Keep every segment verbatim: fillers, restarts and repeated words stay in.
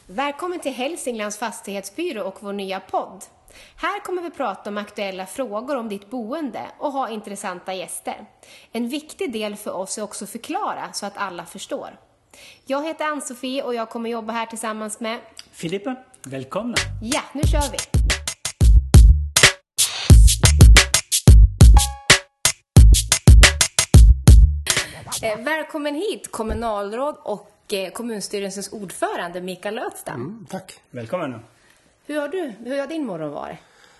Välkommen till Hälsinglands fastighetsbyrå och vår nya podd. Här kommer vi prata om aktuella frågor om ditt boende och ha intressanta gäster. En viktig del för oss är också att förklara så att alla förstår. Jag heter Ann-Sofie och jag kommer jobba här tillsammans med Filippa. Välkomna! Ja, nu kör vi! Eh, välkommen hit kommunalråd och eh, kommunstyrelsens ordförande Mikael Lötstam. Mm, tack. Välkommen. Hur har du, hur har din morgon varit?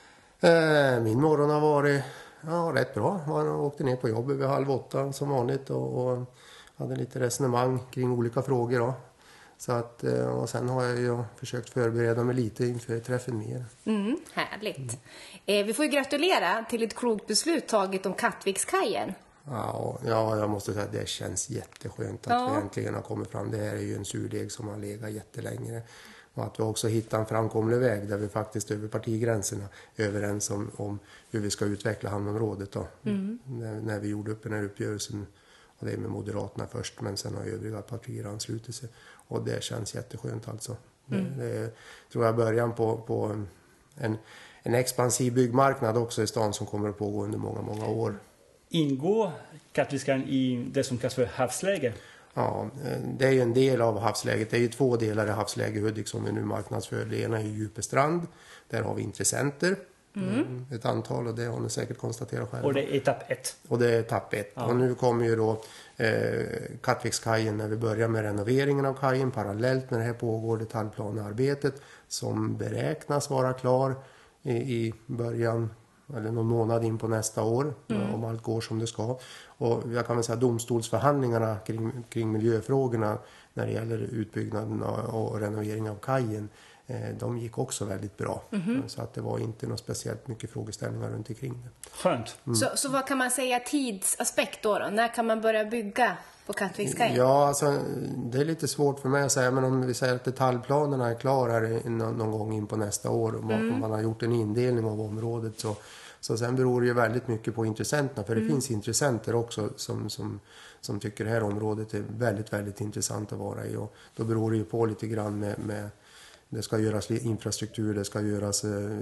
Eh, min morgon har varit ja, rätt bra. Jag åkte ner på jobbet vid halv åtta som vanligt och, och hade lite resonemang kring olika frågor. Då. Så att, och sen har jag ju försökt förbereda mig lite inför träffen med er. Mm, härligt. Mm. Eh, vi får ju gratulera till ett klokt beslut taget om Kattvikskajen. Ja, ja, jag måste säga att det känns jätteskönt att ja. vi äntligen har kommit fram. Det här är ju en surdeg som har legat jättelänge. Och att vi också hittar en framkomlig väg där vi faktiskt över partigränserna är överens om, om hur vi ska utveckla hamnområdet. Då. Mm. När, när vi gjorde upp den här uppgörelsen, och det är med Moderaterna först, men sen har övriga partier anslutit sig. Och det känns jätteskönt alltså. Mm. Det, det är, tror jag, början på, på en, en expansiv byggmarknad också i stan som kommer att pågå under många, många år. Ingår Kattvikskajen i det som kallas för havsläge? Ja, det är ju en del av havsläget. Det är ju två delar i havsläge Hudik som vi nu marknadsför. Det ena är Djupestrand. Där har vi intressenter. Mm. Ett antal, och det har ni säkert konstaterat själva. Och det är etapp ett. Och det är etapp ett. Ja. Och nu kommer ju då eh, Kattvikskajen när vi börjar med renoveringen av kajen. Parallellt med det här pågår detaljplanearbetet som beräknas vara klar i, i början eller någon månad in på nästa år, mm. om allt går som det ska. Och jag kan väl säga domstolsförhandlingarna kring, kring miljöfrågorna när det gäller utbyggnaden och renovering av kajen, eh, de gick också väldigt bra. Mm. Så att det var inte något speciellt mycket frågeställningar runt omkring det. Skönt. Mm. Så, så vad kan man säga tidsaspekt då, då? När kan man börja bygga på Kattvikskajen? Ja, alltså, det är lite svårt för mig att säga, men om vi säger att detaljplanerna är klara här någon gång in på nästa år, om mm. man har gjort en indelning av området, så, så sen beror det ju väldigt mycket på intressenterna, för det mm. finns intressenter också som, som, som tycker det här området är väldigt, väldigt intressant att vara i, och då beror det ju på lite grann med, med det ska göras infrastruktur, det ska göras,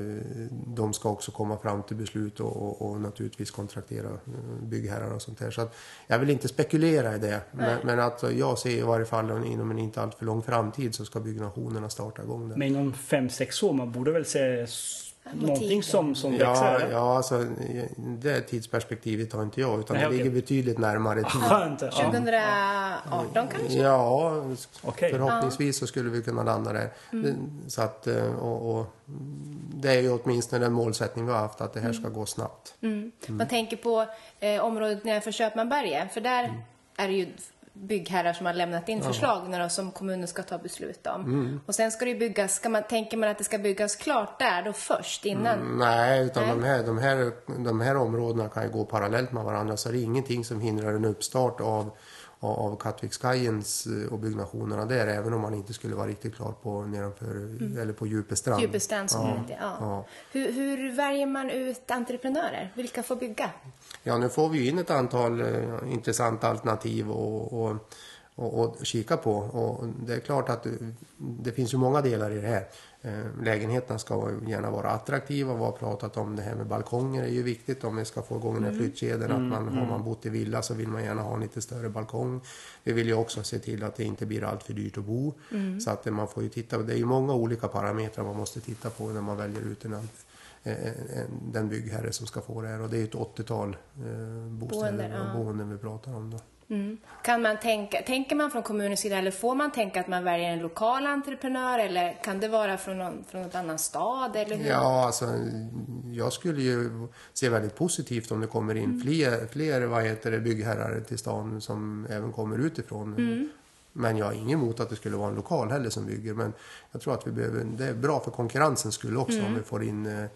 de ska också komma fram till beslut och, och, och naturligtvis kontraktera byggherrar och sånt här. Så att jag vill inte spekulera i det, men, men att jag ser i varje fall inom en inte allt för lång framtid så ska byggnationerna starta igång där. Men inom fem sex år, man borde väl se någonting som, som ja, växer? Ja, alltså, det tidsperspektivet har inte jag, utan Nej, det okay. ligger betydligt närmare tid. Skönt, ja. tjugohundraarton kanske? Ja, okay. förhoppningsvis så skulle vi kunna landa där. Mm. Så att, och, och, det är ju åtminstone den målsättning vi har haft, att det här ska gå snabbt. Mm. Mm. Man tänker på eh, området nedanför Köpmanberget, för där mm. är det ju byggherrar som har lämnat in förslag när som kommunen ska ta beslut om. Mm. Och sen ska det byggas, ska man, tänker man att det ska byggas klart där då först innan? Mm, nej, utan nej. De, här, de, här, de här områdena kan ju gå parallellt med varandra, så det är ingenting som hindrar en uppstart av, av Kattvikskajens och byggnationerna där, även om man inte skulle vara riktigt klar på nedanför, mm. eller på Djupestrand. Djupestrand som ja. det, ja. Ja. Hur, hur väljer man ut entreprenörer? Vilka får bygga? Ja, nu får vi in ett antal eh, intressanta alternativ och, och, och, och kika på. Och det är klart att det, det finns ju många delar i det här. Eh, lägenheterna ska gärna vara attraktiva. Vi har pratat om det här med balkonger, är ju viktigt om vi ska få igång den här flyttkedjan. Mm. Att man, har man bott i villa så vill man gärna ha en lite större balkong. Vi vill ju också se till att det inte blir allt för dyrt att bo. Mm. Så att man får ju titta, det är ju många olika parametrar man måste titta på när man väljer ut en den byggherre som ska få det här, och det är ett åttiotal eh, bostäder boende, ja. boenden vi pratar om då. Mm. Kan man tänka, tänker man från kommunens sida, eller får man tänka att man väljer en lokal entreprenör, eller kan det vara från någon, från något annan stad eller hur? Ja, alltså jag skulle ju se väldigt positivt om det kommer in mm. fler, fler vad heter det, byggherrar till stan som även kommer utifrån. Mm. Men jag har ingen emot att det skulle vara en lokal heller som bygger, men jag tror att vi behöver, det är bra för konkurrensen skulle också mm. om vi får in eh,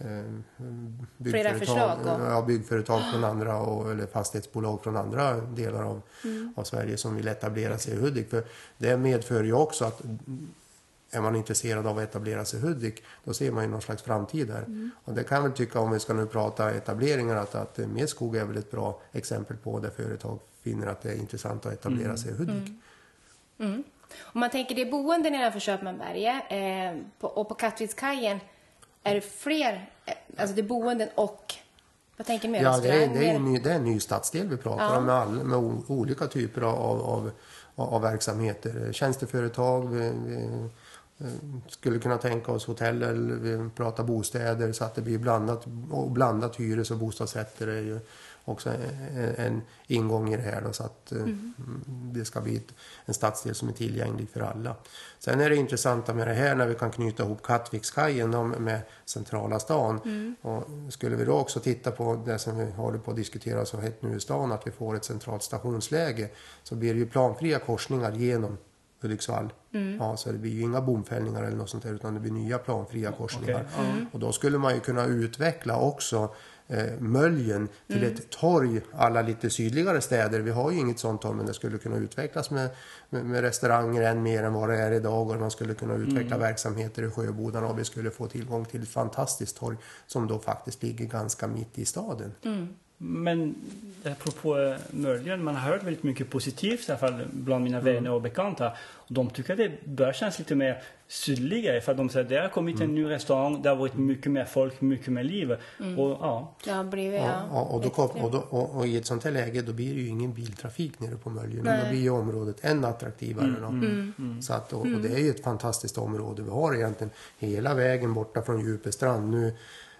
byggföretag, ja, byggföretag från andra och, eller fastighetsbolag från andra delar av, mm. av Sverige som vill etablera sig i Hudik. För det medför ju också att är man intresserad av att etablera sig i Hudik, då ser man ju någon slags framtid där. Mm. Och det kan jag väl tycka, om vi ska nu prata etableringar, att, att Medskog är väl ett bra exempel på där företag finner att det är intressant att etablera mm. sig i Hudik. Mm. Mm. Om man tänker det boende nedanför Köpmanberget eh, på, och på Kattvidskajen, är det fler, eh, alltså det boenden och, vad tänker ni med? Ja, det är, det, är en ny, det är en ny stadsdel vi pratar ja. om med, all, med o, olika typer av, av, av, av verksamheter. Tjänsteföretag, vi, vi skulle kunna tänka oss hotell eller vi pratar bostäder så att det blir blandat, och blandat hyres- och bostadsrätter är ju också en, en ingång i det här då, så att mm. det ska bli ett, en stadsdel som är tillgänglig för alla. Sen är det intressanta med det här när vi kan knyta ihop Kattvikskajen med centrala stan. Mm. Och skulle vi då också titta på det som vi håller på att diskutera så hett nu i stan, att vi får ett centralt stationsläge, så blir det ju planfria korsningar genom Hudiksvall. Mm. Ja, så det blir ju inga bomfällningar eller något sånt där, utan det blir nya planfria korsningar. Okay. Mm. Och då skulle man ju kunna utveckla också eh, Möljen till mm. ett torg alla lite sydligare städer. Vi har ju inget sånt torg, men det skulle kunna utvecklas med, med, med restauranger än mer än vad det är idag, och man skulle kunna utveckla mm. verksamheter i Sjöbodarna, och vi skulle få tillgång till ett fantastiskt torg som då faktiskt ligger ganska mitt i staden. Mm. Men apropå Möljen, man har hört väldigt mycket positivt i alla fall bland mina mm. vänner och bekanta. Och de tycker att det bör kännas lite mer sydligare, för att de säger att det har kommit mm. en ny restaurang, det har varit mycket mer folk, mycket mer liv. Mm. Och, ja. Ja, blir, ja. Ja, och, då kom, och, då, och, och i ett sånt här läge då blir det ju ingen biltrafik nere på Möljen. Nej. Då blir ju området än attraktivare. Mm. Mm. Mm. Så att, och, och det är ju ett fantastiskt område. Vi har egentligen hela vägen borta från Djupestrand nu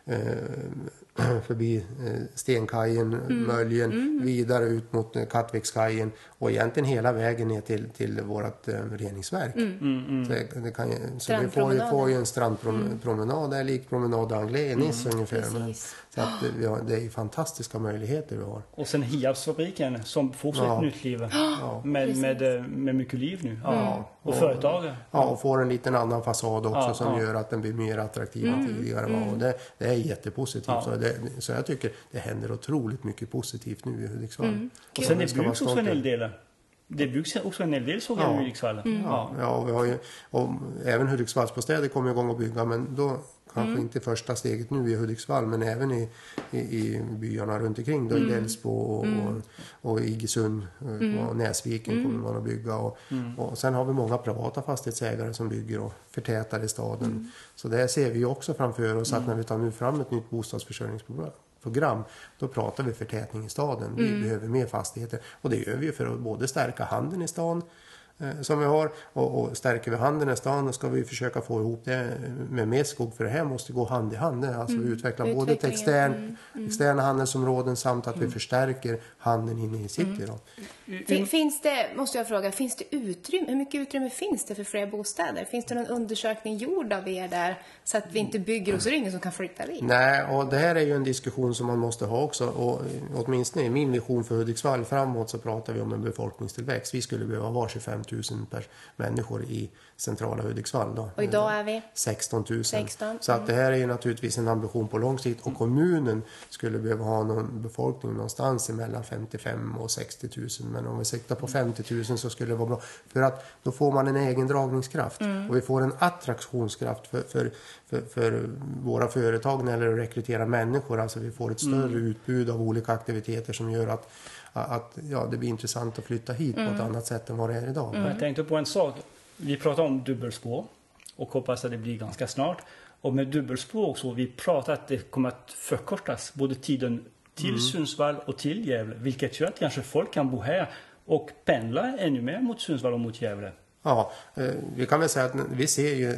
eh, förbi eh, Stenkajen, mm. Möljen, mm. vidare ut mot eh, Kattvikskajen och egentligen hela vägen ner till, till vårt eh, reningsverk. Mm. Mm. Så, det, det kan, så vi får ju, får ju en strandpromenad, mm. där lik promenad Anglais i Nice mm. ungefär. Men, så att vi har, det är ju fantastiska möjligheter vi har. Och sen Hiabsfabriken som fortsätter ja. nytt liv. Ja. Med, med, med mycket liv nu. Ja. Mm. Och, och företag. Ja, och får en liten annan fasad också ja, som ja. gör att den blir mer attraktiv än mm. tidigare. Mm. Och det, det är jättepositivt. Ja. Så, det, så jag tycker det händer otroligt mycket positivt nu i Hudiksvall. Mm. Och sen det byggs också en hel del. Det byggs också en hel del såg jag i Hudiksvall. Mm. Ja, ja vi har ju, och även Hudiksvallsbostäder kommer igång att bygga, men då kanske mm. inte första steget nu i Hudiksvall, men även i, i, i byarna runt omkring då, mm. i Delsbo och, mm. och, och Igesund mm. och Näsviken mm. kommer man att bygga. Och, mm. och sen har vi många privata fastighetsägare som bygger och förtätar i staden. Mm. Så det ser vi också framför oss att mm. när vi tar nu fram ett nytt bostadsförsörjningsprogram, program, då pratar vi förtätning i staden. Vi mm. behöver mer fastigheter. Och det gör vi för att både stärka handeln i stan eh, som vi har. Och, och stärker vi handeln i stan, då ska vi försöka få ihop det med mer skog. För det här måste gå hand i hand. Alltså mm. utveckla både ett extern, mm. Mm. externa handelsområden samt att mm. vi förstärker handeln inne i city. Då. Mm. Finns det, måste jag fråga, finns det utrymme? Hur mycket utrymme finns det för fler bostäder? Finns det någon undersökning gjord av er där så att vi inte bygger och så är det ingen som kan flytta dit? Nej, och det här är ju en diskussion som man måste ha också. Och åtminstone i min vision för Hudiksvall framåt så pratar vi om en befolkningstillväxt. Vi skulle behöva vara tjugofem tusen per människor i centrala Hudiksvall. Då. Och idag är vi? sexton tusen. sexton. Så att det här är ju naturligtvis en ambition på lång sikt. Och kommunen skulle behöva ha någon befolkning någonstans mellan femtiofem och sextio tusen. Men om vi siktar på femtio tusen så skulle det vara bra. För att då får man en egen dragningskraft. Mm. Och vi får en attraktionskraft för, för, för, för våra företag när det gäller att rekrytera människor. Alltså vi får ett större mm. utbud av olika aktiviteter som gör att, att ja, det blir intressant att flytta hit mm. på ett annat sätt än vad det är idag. Mm. Jag tänkte på en sak. Vi pratar om dubbelspår och hoppas att det blir ganska snart. Och med dubbelspår så vi pratar att det kommer att förkortas både tiden till mm. Sundsvall och till Gävle. Vilket gör att kanske folk kan bo här och pendla ännu mer mot Sundsvall och mot Gävle. Ja, vi kan väl säga att vi ser ju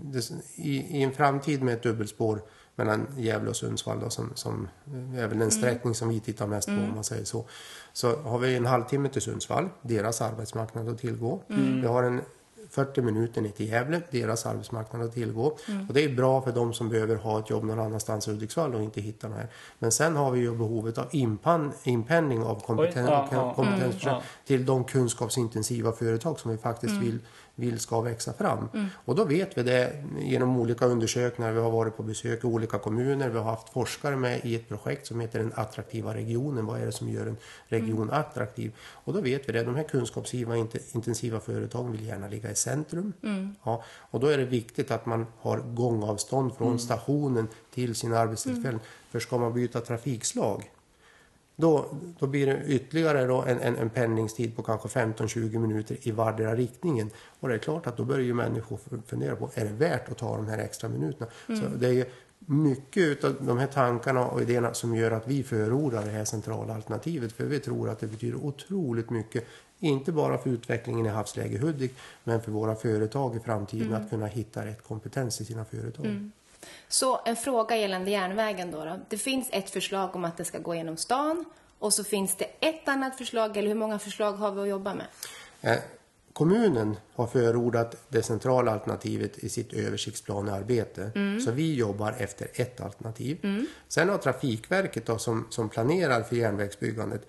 i, i en framtid med ett dubbelspår mellan Gävle och Sundsvall då, som, som är väl en sträckning mm. som vi tittar mest på mm. om man säger så. Så har vi en halvtimme till Sundsvall, deras arbetsmarknad att tillgå. Mm. Vi har en fyrtio minuter ner till Gävle, deras arbetsmarknad att tillgå. Mm. Och det är bra för de som behöver ha ett jobb någon annanstans i Hudiksvall och inte hittar något här. Men sen har vi ju behovet av inpan, inpendling av kompeten, Oj, ja, kompetens ja. Mm, till de kunskapsintensiva företag som vi faktiskt mm. vill, vill ska växa fram. Mm. Och då vet vi det genom olika undersökningar. Vi har varit på besök i olika kommuner. Vi har haft forskare med i ett projekt som heter den attraktiva regionen. Vad är det som gör en region mm. attraktiv? Och då vet vi det. De här kunskapsintensiva intensiva företagen vill gärna ligga i centrum. Mm. Ja, och då är det viktigt att man har gångavstånd från mm. stationen till sina arbetstillfällen. Mm. För ska man byta trafikslag, då, då blir det ytterligare då en, en, en pendlingstid på kanske femton till tjugo minuter i vardera riktningen. Och det är klart att då börjar ju människor fundera på, är det värt att ta de här extra minuterna? Mm. Så det är ju mycket av de här tankarna och idéerna som gör att vi förordar det här centrala alternativet. För vi tror att det betyder otroligt mycket, inte bara för utvecklingen i havsläge Hudik, men för våra företag i framtiden mm. att kunna hitta rätt kompetens i sina företag. Mm. Så en fråga gällande järnvägen då, då. Det finns ett förslag om att det ska gå genom stan och så finns det ett annat förslag, eller hur många förslag har vi att jobba med? Eh, kommunen har förordat det centrala alternativet i sitt översiktsplanearbete. Mm. Så vi jobbar efter ett alternativ. Mm. Sen har Trafikverket då, som, som planerar för järnvägsbyggandet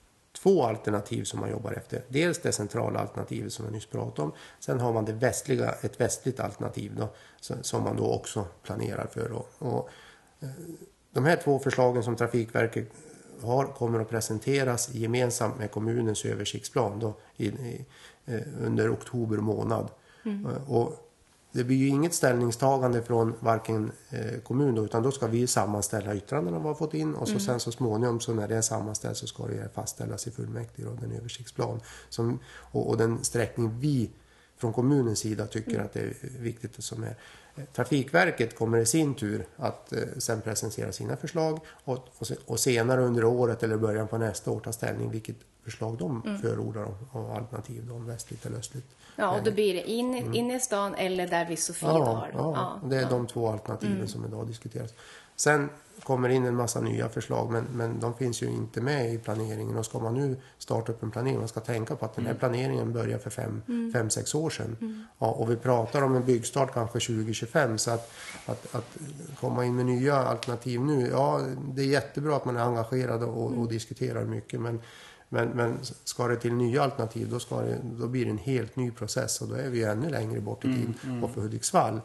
två alternativ som man jobbar efter. Dels det centrala alternativet som jag nyss pratade om. Sen har man det västliga, ett västligt alternativ då, som man då också planerar för. Då. Och, eh, de här två förslagen som Trafikverket har kommer att presenteras gemensamt med kommunens översiktsplan då, i, i, eh, under oktober månad. Mm. Eh, och det blir ju inget ställningstagande från varken eh, kommun då, utan då ska vi sammanställa yttrandena vi har fått in och så mm. sen så småningom så när det är sammanställt så ska det fastställas i fullmäktige och den översiktsplan som, och, och den sträckning vi från kommunens sida tycker mm. att det är viktigt som är. Trafikverket kommer i sin tur att eh, sen presentera sina förslag och, och, och senare under året eller början på nästa år ta ställning vilket förslag de mm. förordar om, om alternativ om västligt eller östligt. Ja, och då blir det in, mm. in i stan eller där vi Sofie ja, har. Ja, ja, det är ja. de två alternativen mm. som idag diskuteras. Sen kommer in en massa nya förslag men, men de finns ju inte med i planeringen och ska man nu starta upp en planering man ska tänka på att den här planeringen börjar för fem, mm. fem sex år sedan. Mm. Ja, och vi pratar om en byggstart kanske tjugo tjugofem så att, att, att komma in med nya alternativ nu, ja det är jättebra att man är engagerad och, mm. och diskuterar mycket men Men, men ska det till nya alternativ då, ska det, då blir det en helt ny process och då är vi ännu längre bort i tid mm, mm. och för Hudiksvall.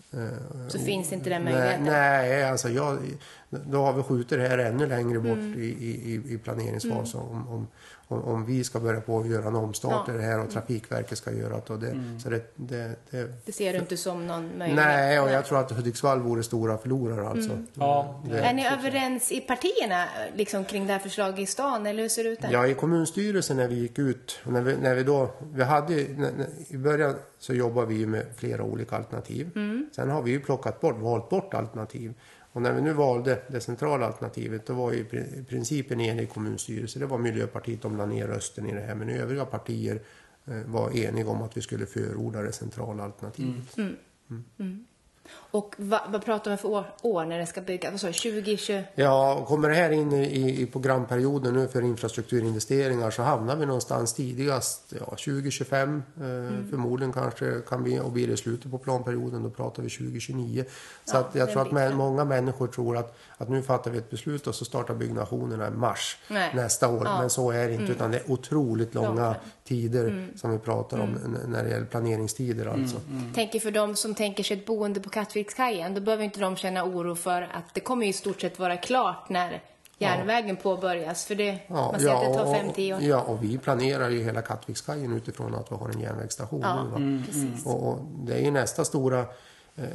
Så och, finns inte den möjligheten? Nej, alltså jag, då har vi skjutit det här ännu längre bort mm. i, i, i planeringsfasen mm. om, om, om, om vi ska börja på att göra en omstart ja. det här och Trafikverket ska göra det. Och det, mm. så det, det, det, det ser du inte som någon möjlighet? Nej, och jag tror att Hudiksvall vore stora förlorare alltså. Mm. Ja, det, är ni överens i partierna liksom, kring det här förslaget i stan eller hur ser det ut där? Ja, i kommunstyrelsen när vi gick ut och när vi, när vi då, vi hade när, när, i början så jobbar vi med flera olika alternativ. Mm. Sen har vi ju plockat bort, valt bort alternativ. Och när vi nu valde det centrala alternativet då var ju i princip en enig kommunstyrelse. Det var Miljöpartiet som la ner rösten i det här men övriga partier eh, var eniga om att vi skulle förorda det centrala alternativet. Mm. Mm. Mm. Och vad, vad pratar vi för år, år när det ska byggas? Vad sa du, tjugo tjugo? Ja, kommer det här in i, i programperioden nu för infrastrukturinvesteringar så hamnar vi någonstans tidigast ja, tjugo tjugofem. Eh, mm. Förmodligen kanske kan vi, och blir det slutet på planperioden, då pratar vi tjugo tjugonio. Så ja, att jag tror att med, många människor tror att, att nu fattar vi ett beslut och så startar byggnationerna i mars Nej. nästa år. Ja. Men så är det inte, mm. utan det är otroligt långa Långa. tider mm. som vi pratar om mm. när det gäller planeringstider alltså. Mm. Mm. Tänker för de som tänker sig ett boende på Kattvikskajen, då behöver inte de känna oro för att det kommer i stort sett vara klart när järnvägen ja. påbörjas. För det, ja, man säger ja, att det tar fem till tio år. Ja, och vi planerar ju hela Kattvikskajen utifrån att vi har en järnvägsstation ja, nu. Va? Mm, mm. Och, och det är ju nästa stora eh,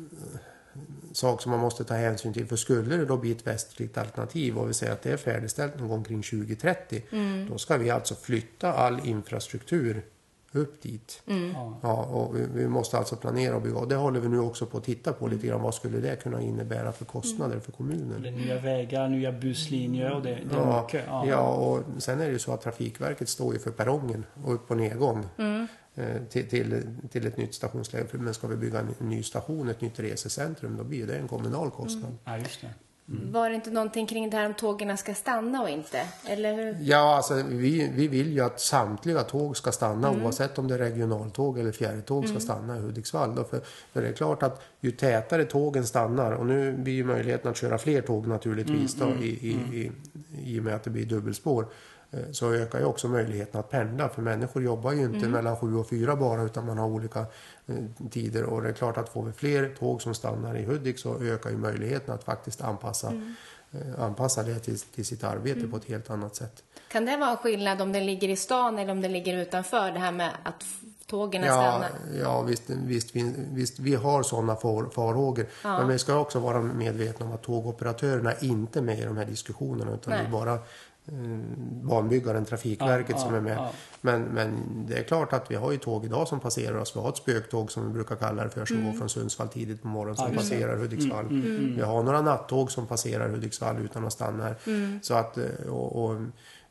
sak som man måste ta hänsyn till. För skulle det då bli ett västligt alternativ och vi säger att det är färdigställt någon gång kring tjugo trettio, mm. då ska vi alltså flytta all infrastruktur upp dit. Mm. Ja, och vi, vi måste alltså planera och bygga. Och det håller vi nu också på att titta på lite grann. Vad skulle det kunna innebära för kostnader mm. för kommunen? Det är nya vägar, nya busslinjer och det, det är ja, mycket. Ja. ja, och sen är det ju så att Trafikverket står ju för perrongen och upp- och nedgång mm. eh, till, till, till ett nytt stationsläge. Men ska vi bygga en ny station, ett nytt resecentrum, då blir det en kommunal kostnad. Mm. Ja, just det. Mm. Var det inte någonting kring det här om tågen ska stanna och inte? Eller hur? Ja, alltså vi, vi vill ju att samtliga tåg ska stanna mm. oavsett om det är regionaltåg eller fjärrtåg mm. ska stanna i Hudiksvall. Då, för, för det är klart att ju tätare tågen stannar, och nu blir ju möjligheten att köra fler tåg naturligtvis mm. då, i, i, i, i och med att det blir dubbelspår, så ökar ju också möjligheten att pendla. För människor jobbar ju inte mm. mellan sju och fyra bara, utan man har olika eh, tider. Och det är klart att får vi fler tåg som stannar i Hudik så ökar ju möjligheten att faktiskt anpassa, mm. eh, anpassa det till, till sitt arbete mm. på ett helt annat sätt. Kan det vara en skillnad om den ligger i stan eller om den ligger utanför, det här med att tågen ja, stannar? Ja, visst, visst, visst vi har sådana far, farhågor. Ja. Men vi ska också vara medvetna om att tågoperatörerna inte är med i de här diskussionerna, utan Nej. det är bara banbyggaren Trafikverket ja, som är med. Ja. Men, men det är klart att vi har ju tåg idag som passerar oss. Vi har ett spöktåg som vi brukar kalla det för som mm. går från Sundsvall tidigt på morgonen som ja, passerar Hudiksvall. Mm, mm, mm. Vi har några nattåg som passerar Hudiksvall utan att stanna här. Mm. Så att, och, och,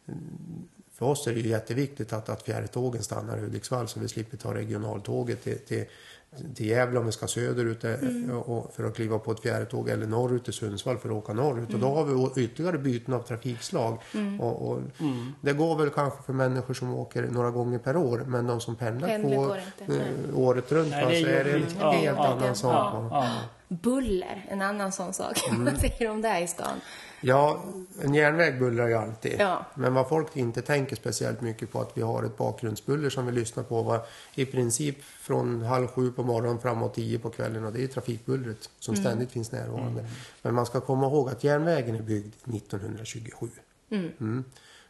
för oss är det ju jätteviktigt att, att fjärrtågen stannar i Hudiksvall så vi slipper ta regionaltåget till, till, till Gävle om vi ska söderut mm. och för att kliva på ett fjärrtåg eller norrut till Sundsvall för att åka norrut. Mm. Och då har vi ytterligare byten av trafikslag. Mm. Och, och mm. det går väl kanske för människor som åker några gånger per år men de som pendlar, pendlar på äh, året runt nej, det så är det en ja, helt ja, annan ja, sak. Ja, ja. Buller, en annan sån sak. Mm. Vad säger du om det här i stan? Ja, en järnväg bullrar ju alltid. Ja. Men vad folk inte tänker speciellt mycket på att vi har ett bakgrundsbuller som vi lyssnar på var i princip från halv sju på morgonen framåt tio på kvällen och det är trafikbullret som mm. ständigt finns närvarande. Mm. Men man ska komma ihåg att järnvägen är byggd nittonhundratjugosju. Mm. Mm.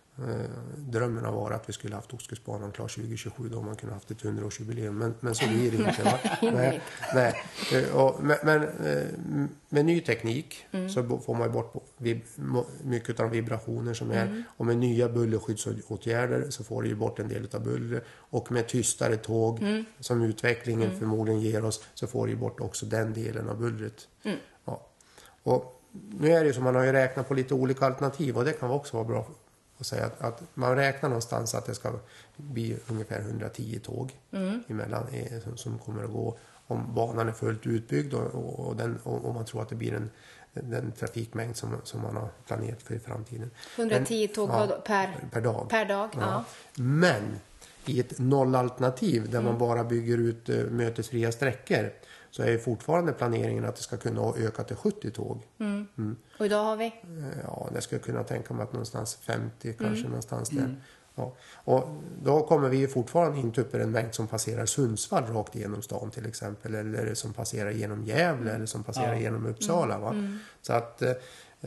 Drömmen har varit att vi skulle haft Ostkustbanan klar tjugo tjugosju då man kunde haft ett hundraårsjubileum men, men så blir det inte. Va? nej, nej. Och, men, men med ny teknik mm. så får man bort vib, mycket av vibrationer som är mm. och med nya bullerskyddsåtgärder så får det ju bort en del av buller och med tystare tåg mm. som utvecklingen mm. förmodligen ger oss så får det ju bort också den delen av bullret. Mm. Ja. Och nu är det ju som man har ju räknat på lite olika alternativ och det kan också vara bra och säga att, att man räknar någonstans att det ska bli ungefär hundratio tåg mm. emellan, som, som kommer att gå om banan är fullt utbyggd och, och, och, den, och, och man tror att det blir en, den trafikmängd som, som man har planerat för i framtiden. hundratio tåg ja, per, per dag. Per dag ja. Ja. Men i ett nollalternativ där mm. man bara bygger ut uh, mötesfria sträckor så är ju fortfarande planeringen att det ska kunna öka till sjuttio tåg. Mm. Mm. Och idag har vi? Ja, det skulle kunna tänka mig att någonstans femtio kanske mm. någonstans där. Mm. Ja. Och då kommer vi ju fortfarande inte upp i en mängd som passerar Sundsvall rakt igenom stan till exempel. Eller som passerar genom Gävle eller som passerar ja. genom Uppsala. Va? Mm. Så att eh,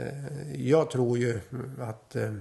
jag tror ju att... Eh,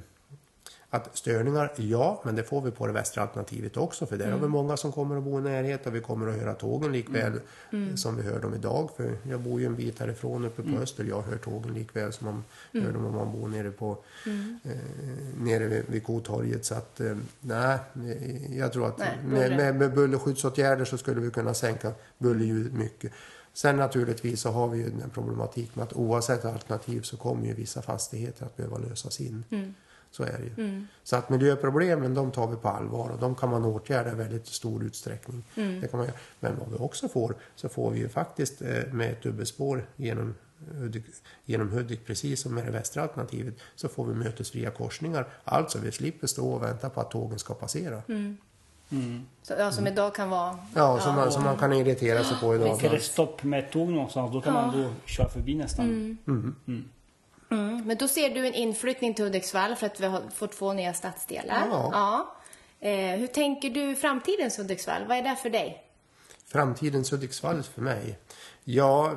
Att störningar, ja, men det får vi på det västra alternativet också. För där mm. har vi många som kommer att bo i närhet och vi kommer att höra tågen likväl mm. som vi hör dem idag. För jag bor ju en bit härifrån uppe på mm. Öster. Jag hör tågen likväl som man mm. hör dem om man bor nere, på, mm. eh, nere vid, vid Kotorget. Så att, eh, nej, jag tror att nej, med, med, med bullerskyddsåtgärder så skulle vi kunna sänka bullerljudet mycket. Sen naturligtvis så har vi ju den problematik med att oavsett alternativ så kommer ju vissa fastigheter att behöva lösas in. Mm. Så är det ju. Mm. Så att miljöproblemen, de tar vi på allvar och de kan man åtgärda i väldigt stor utsträckning. Mm. Det kan man göra. Men vad vi också får, så får vi ju faktiskt med ett dubbelspår genom Hudik, genom Hudik, precis som med det västra alternativet, så får vi mötesfria korsningar. Alltså vi slipper stå och vänta på att tågen ska passera. Mm. Mm. Så, ja, som idag kan vara... Ja, som, ja. Man, som man kan irritera sig på idag. Är det stopp med ett tåg någonstans, då kan ja. man då köra förbi nästan. Mm. Mm. Mm. Mm, men då ser du en inflyttning till Hudiksvall för att vi har fått två nya stadsdelar. Ja. Ja. Eh, hur tänker du framtidens Hudiksvall? Vad är det för dig? Framtidens Hudiksvall för mig? Ja,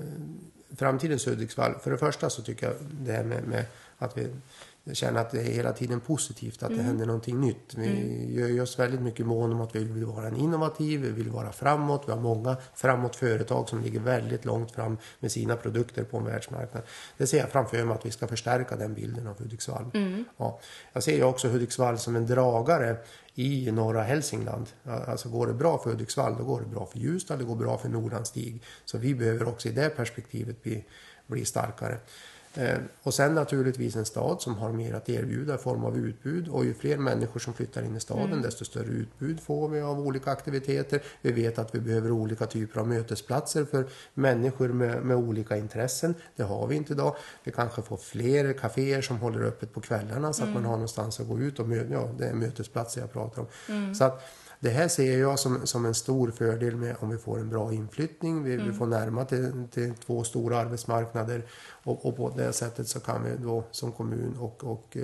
framtidens Hudiksvall. För det första så tycker jag det här med, med att vi känner att det är hela tiden positivt att mm. det händer någonting nytt. Vi mm. gör oss väldigt mycket mån om att vi vill vara en innovativ, vi vill vara framåt. Vi har många framåt företag som ligger väldigt långt fram med sina produkter på en världsmarknad. Det ser jag framför mig att vi ska förstärka den bilden av Hudiksvall. Mm. Ja. Jag ser ju också Hudiksvall som en dragare i norra Hälsingland. Alltså går det bra för Hudiksvall, då går det bra för Ljusdal, det går bra för Nordanstig. Så vi behöver också i det perspektivet bli, bli starkare. Eh, och sen naturligtvis en stad som har mer att erbjuda i form av utbud, och ju fler människor som flyttar in i staden mm. desto större utbud får vi av olika aktiviteter. Vi vet att vi behöver olika typer av mötesplatser för människor med, med olika intressen. Det har vi inte idag. Vi kanske får fler kaféer som håller öppet på kvällarna så att mm. man har någonstans att gå ut och möta. Ja, det är mötesplatser jag pratar om. Mm. Så att det här ser jag som, som en stor fördel med om vi får en bra inflyttning. Vi, mm. vi får närma till, till två stora arbetsmarknader. Och, och på det sättet så kan vi då som kommun och, och,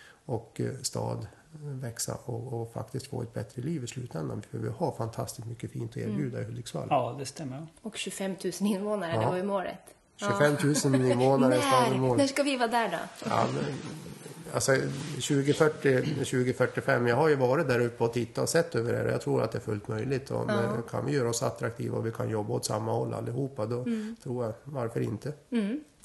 och stad växa och, och faktiskt få ett bättre liv i slutändan. För vi har fantastiskt mycket fint att erbjuda mm. i Hudiksvall. Ja, det stämmer. Och tjugofem tusen invånare, ja. Det var ju målet. tjugofem tusen invånare i staden mål. När ska vi vara där då? Ja, men, alltså tjugo fyrtio tjugo fyrtiofem, jag har ju varit där uppe och tittat och sett över det. Jag tror att det är fullt möjligt. Och ja. Kan vi göra oss attraktiva och vi kan jobba åt samma håll allihopa, då mm. tror jag, varför inte? Mm.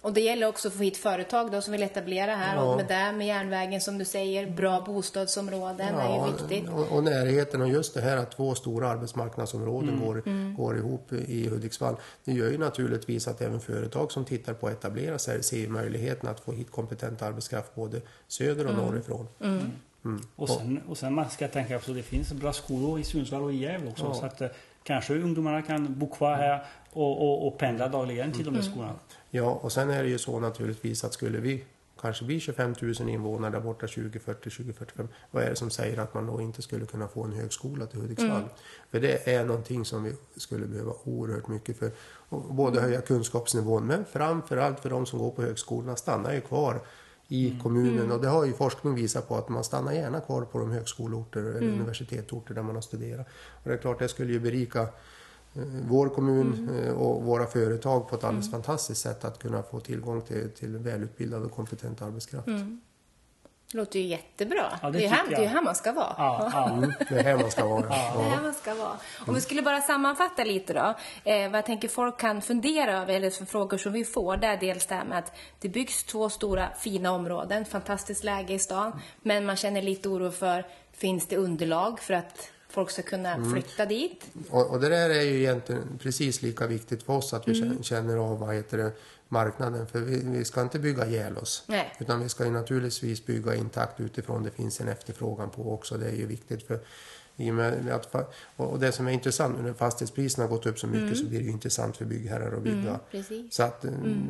Och det gäller också att få hit företag då som vill etablera här. Ja. Och med det, med järnvägen som du säger, bra bostadsområden ja, är ju viktigt. Och, och närheten och just det här att två stora arbetsmarknadsområden mm. Går, mm. går ihop i Hudiksvall. Det gör ju naturligtvis att även företag som tittar på att etablera sig ser möjligheten att få hit kompetent arbetskraft både söder och mm. norrifrån. Mm. Mm. Och, sen, och sen man ska tänka på att det finns bra skolor i Sundsvall och i Gävle också. Ja. Så att kanske ungdomarna kan bo kvar här och, och, och pendla dagligen till mm. de här skolorna. Ja, och sen är det ju så naturligtvis att skulle vi kanske bli tjugofem tusen invånare där borta tjugo fyrtio tjugo fyrtiofem, vad är det som säger att man då inte skulle kunna få en högskola till Hudiksvall? Mm. För det är någonting som vi skulle behöva oerhört mycket för att både höja kunskapsnivån, men framförallt för de som går på högskolorna stannar ju kvar i mm. kommunen. Mm. Och det har ju forskning visat på att man stannar gärna kvar på de högskoleorter eller mm. universitetsorter där man har studerat. Och det är klart, det skulle ju berika eh, vår kommun mm. eh, och våra företag på ett alldeles mm. fantastiskt sätt att kunna få tillgång till, till välutbildad och kompetent arbetskraft. Mm. Det låter ju jättebra. Ja, det, det, är här, det är här man ska vara. Ja, ja. Mm, det är här man ska vara. Ja. Det är här man ska vara. Om vi skulle bara sammanfatta lite då. Eh, vad jag tänker folk kan fundera över, eller för frågor som vi får, det är dels det här med att det byggs två stora fina områden. Fantastiskt läge i stan. Men man känner lite oro för, finns det underlag för att folk ska kunna flytta mm. dit? Och, och det där är ju egentligen precis lika viktigt för oss att vi mm. känner av vad heter det, marknaden. För vi, vi ska inte bygga ihjäl oss. Nej. Utan vi ska ju naturligtvis bygga intakt utifrån det finns en efterfrågan på också. Det är ju viktigt för i och med att, och det som är intressant när fastighetspriserna har gått upp så mycket mm. så blir det ju intressant för byggherrar att bygga. Mm, så att mm.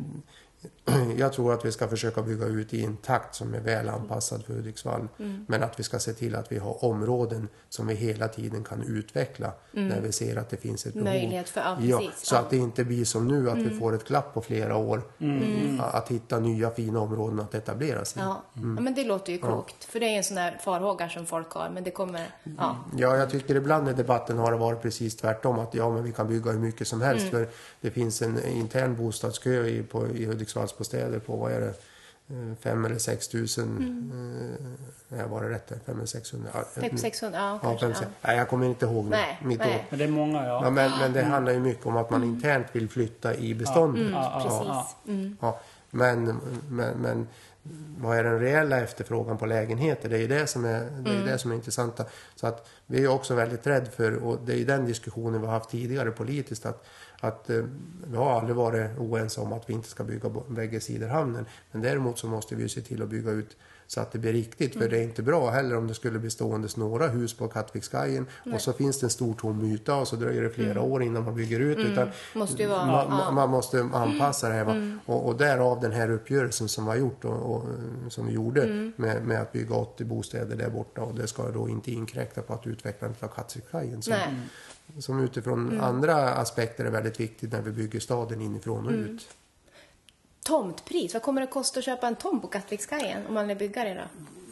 jag tror att vi ska försöka bygga ut i en takt som är väl anpassad för Hudiksvall. Mm. Men att vi ska se till att vi har områden som vi hela tiden kan utveckla mm. när vi ser att det finns ett behov. Möjlighet för, ja, ja, så ja. Att det inte blir som nu att mm. vi får ett glapp på flera år mm. att hitta nya fina områden att etablera sig. Ja. Mm. Ja, men det låter ju klokt. Ja. För det är en sån där farhåga som folk har. Men det kommer, ja. Ja, jag tycker ibland i debatten har det varit precis tvärtom. Att ja, men vi kan bygga hur mycket som helst. Mm. För det finns en intern bostadskö i, på, i Hudiksvalls bostäder på, vad är det, fem eller sex tusen, mm. eh, var det rätt, fem eller sexhundra. Fem, sexhundra, ja, ja, kanske, fem, ja. Nej, jag kommer inte ihåg nej, mitt nej. år. Men det är många, ja. ja men, men det handlar ju mycket om att man mm. internt vill flytta i beståndet. Mm, ja, precis. Ja. Mm. Ja, men, men, men vad är den reella efterfrågan på lägenheter? Det är ju det som är, det är, mm. det som är intressanta. Så att vi är också väldigt rädd för, och det är ju den diskussionen vi har haft tidigare politiskt, att att eh, vi har aldrig varit oense om att vi inte ska bygga bägge sidor hamnen. Men däremot så måste vi ju se till att bygga ut så att det blir riktigt. Mm. För det är inte bra heller om det skulle bli stående några hus på Kattvikskajen och så finns det en stor tom yta och så dröjer det flera mm. år innan man bygger ut. Mm. Utan måste ju vara, man, ja. man måste anpassa det här. Mm. Och, och därav den här uppgörelsen som vi har gjort och, och som vi gjorde mm. med, med att bygga åttio bostäder där borta. Och det ska då inte inkräkta på att utvecklandet av Kattvikskajen. Som, som utifrån mm. andra aspekter är väldigt viktigt när vi bygger staden inifrån och mm. ut. Tomtpris, vad kommer det kosta att köpa en tomt på Kattvikskajen om man är byggare då?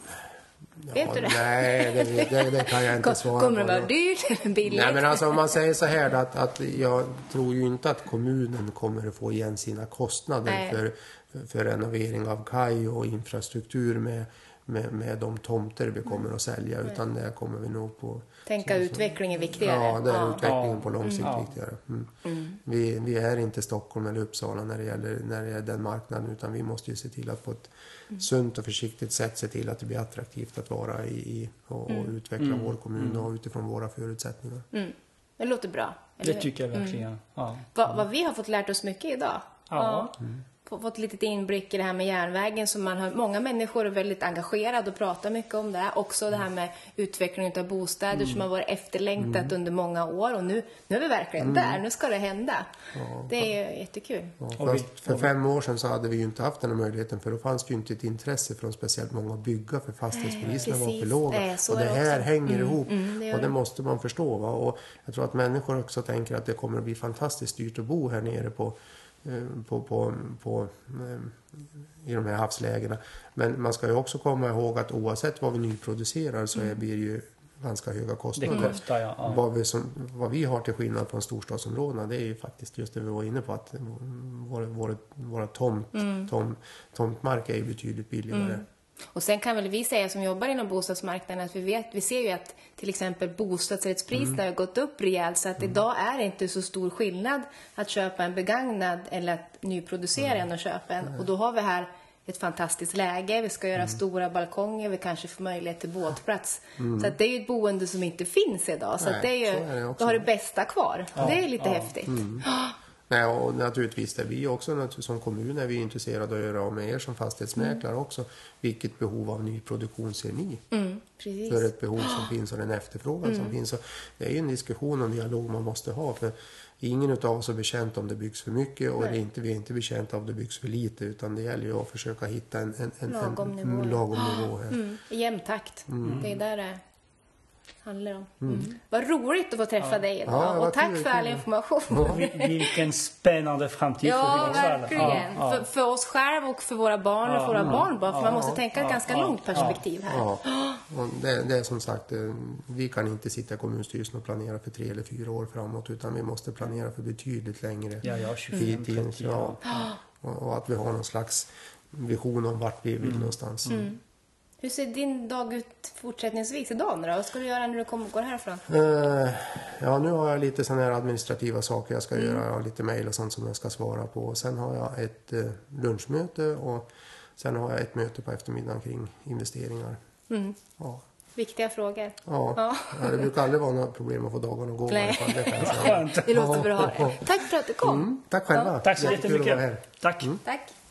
Ja, vet du det? Nej, det, det, det kan jag inte svara på. Kommer det vara dyrt eller billigt? Nej, men alltså om man säger så här att, att jag tror ju inte att kommunen kommer att få igen sina kostnader för, för, för renovering av kaj och infrastruktur med, med, med de tomter vi kommer att sälja, utan det kommer vi nog på... Tänka utveckling är viktigare. Ja, det är ja. utvecklingen ja. på lång sikt mm. viktigare. Mm. Mm. Vi, vi är inte Stockholm eller Uppsala när det gäller, när det gäller den marknaden, utan vi måste ju se till att på ett mm. sunt och försiktigt sätt se till att det blir attraktivt att vara i, i och, mm. och utveckla mm. vår kommun mm. och utifrån våra förutsättningar. Mm. Det låter bra. Eller? Det tycker jag verkligen. Mm. Ja. Vad, vad vi har fått lärt oss mycket idag. Ja. ja. Mm. Fått lite inblick i det här med järnvägen, som man har, många människor är väldigt engagerade och pratar mycket om det. Också det här med utvecklingen av bostäder mm. som har varit efterlängtat mm. under många år, och nu, nu är vi verkligen mm. där, nu ska det hända. Ja, det är ju jättekul. Ja, för, för fem år sedan så hade vi ju inte haft den här möjligheten, för då fanns det ju inte ett intresse från speciellt många att bygga, för fastighetspriserna var för låga. Äh, och det här också. hänger mm. ihop mm, det och det måste man förstå. Va? Och jag tror att människor också tänker att det kommer att bli fantastiskt dyrt att bo här nere på På, på, på, i de här havslägena. Men man ska ju också komma ihåg att oavsett vad vi nyproducerar så är, blir det ju ganska höga kostnader. Det kostar, ja. ja. Vad, vi som, vad vi har till skillnad från storstadsområdena, det är ju faktiskt just det vi var inne på, att våra, våra, våra tomt, mm. tom, tomtmark är ju betydligt billigare. Mm. Och sen kan väl vi säga som jobbar inom bostadsmarknaden att vi vet, vi ser ju att till exempel bostadsrättspriserna mm. har gått upp rejält, så att mm. idag är det inte så stor skillnad att köpa en begagnad eller att nyproducera mm. en och köpa en. Mm. Och då har vi här ett fantastiskt läge, vi ska göra mm. stora balkonger, vi kanske får möjlighet till båtplats. Mm. Så att det är ju ett boende som inte finns idag, så Nej, att det är ju, är det då har det bästa kvar. Ja, det är lite ja. häftigt. Mm. Nej, och naturligtvis är vi också som kommun är vi intresserade av att göra av med er som fastighetsmäklare mm. också. Vilket behov av nyproduktion ser ni? Mm, precis. För ett behov som finns och den efterfrågan mm. som finns. Så det är ju en diskussion och en dialog man måste ha. För ingen av oss är bekänt om det byggs för mycket och är inte, vi är inte bekänt om det byggs för lite. Utan det gäller ju att försöka hitta en, en, en lagom en, nivå. En lagom nivå här. Mm. I jämn takt. Mm. Det är där det handlar om. Mm. Mm. Vad roligt att få träffa ja. dig idag. Ja, och tack kul, för all information. Ja. Vilken spännande framtid ja, för Hudiksvall. Verkligen. Ja, ja. För, för oss själva och för våra barn och för våra ja, barnbarn. För ja, man måste tänka ett ja, ganska ja, långt perspektiv här. Ja. Och det, det är som sagt, vi kan inte sitta i kommunstyrelsen och planera för tre eller fyra år framåt. Utan vi måste planera för betydligt längre ja, ja, tjugofem, trettio, ja. Och, och att vi har någon slags vision om vart vi vill mm. någonstans. Mm. Hur ser din dag ut fortsättningsvis idag då? Vad ska du göra när du kommer, går härifrån? Uh, ja, nu har jag lite sådana här administrativa saker jag ska mm. göra. Jag har lite mejl och sånt som jag ska svara på. Och sen har jag ett uh, lunchmöte och sen har jag ett möte på eftermiddagen kring investeringar. Mm. Ja. Viktiga frågor. Ja. Ja. Ja, det brukar aldrig vara några problem att få dagarna att gå. Nej. Det, kan jag säga. Det låter bra. Tack för att du kom. Mm, tack själva. Ja. Tack så jättemycket. Tack. Mm. Tack.